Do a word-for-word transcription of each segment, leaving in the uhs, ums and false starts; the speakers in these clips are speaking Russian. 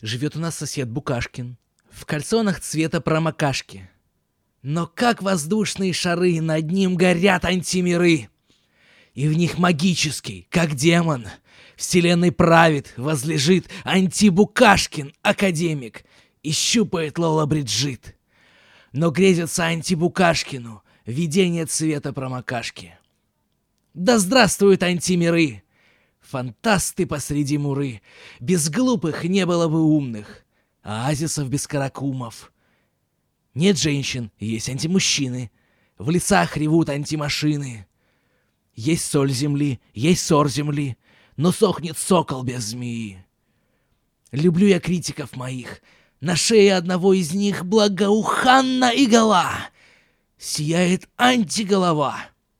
Живет у нас сосед Букашкин, в кальсонах цвета промокашки. Но как воздушные шары над ним горят антимиры, и в них магический, как демон, вселенной правит, возлежит антибукашкин, академик, и щупает Лола Бриджит. Но грезится антибукашкину видение цвета промокашки. Да здравствуют антимиры! Фантасты посреди муры. Без глупых не было бы умных, оазисов без каракумов. Нет женщин, есть антимужчины. В лесах ревут антимашины. Есть соль земли, есть сор земли, но сохнет сокол без змеи. Люблю я критиков моих. На шее одного из них благоуханна игола. Сияет антиголова.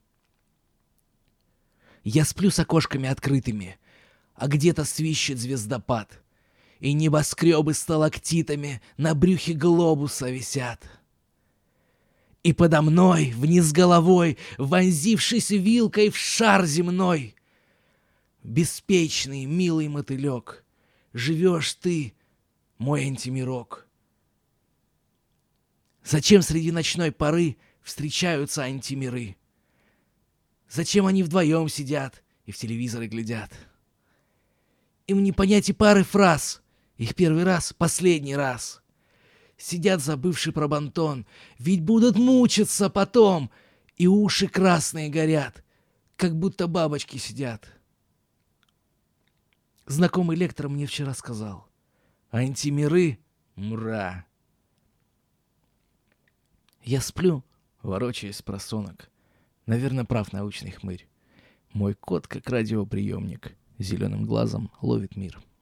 Я сплю с окошками открытыми, а где-то свищет звездопад, и небоскребы сталактитами на брюхе глобуса висят. И подо мной, вниз головой, вонзившись вилкой в шар земной, беспечный, милый мотылек, живешь ты, мой антимирок. Зачем среди ночной поры встречаются антимиры? Зачем они вдвоем сидят и в телевизоры глядят? Им не понять и пары фраз. Их первый раз, последний раз. Сидят, забывши про бантон, ведь будут мучиться потом, и уши красные горят, как будто бабочки сидят. Знакомый лектор мне вчера сказал: антимиры — мра. Я сплю, ворочаясь просонок. Наверное, прав научный хмырь. Мой кот, как радиоприемник, зеленым глазом ловит мир.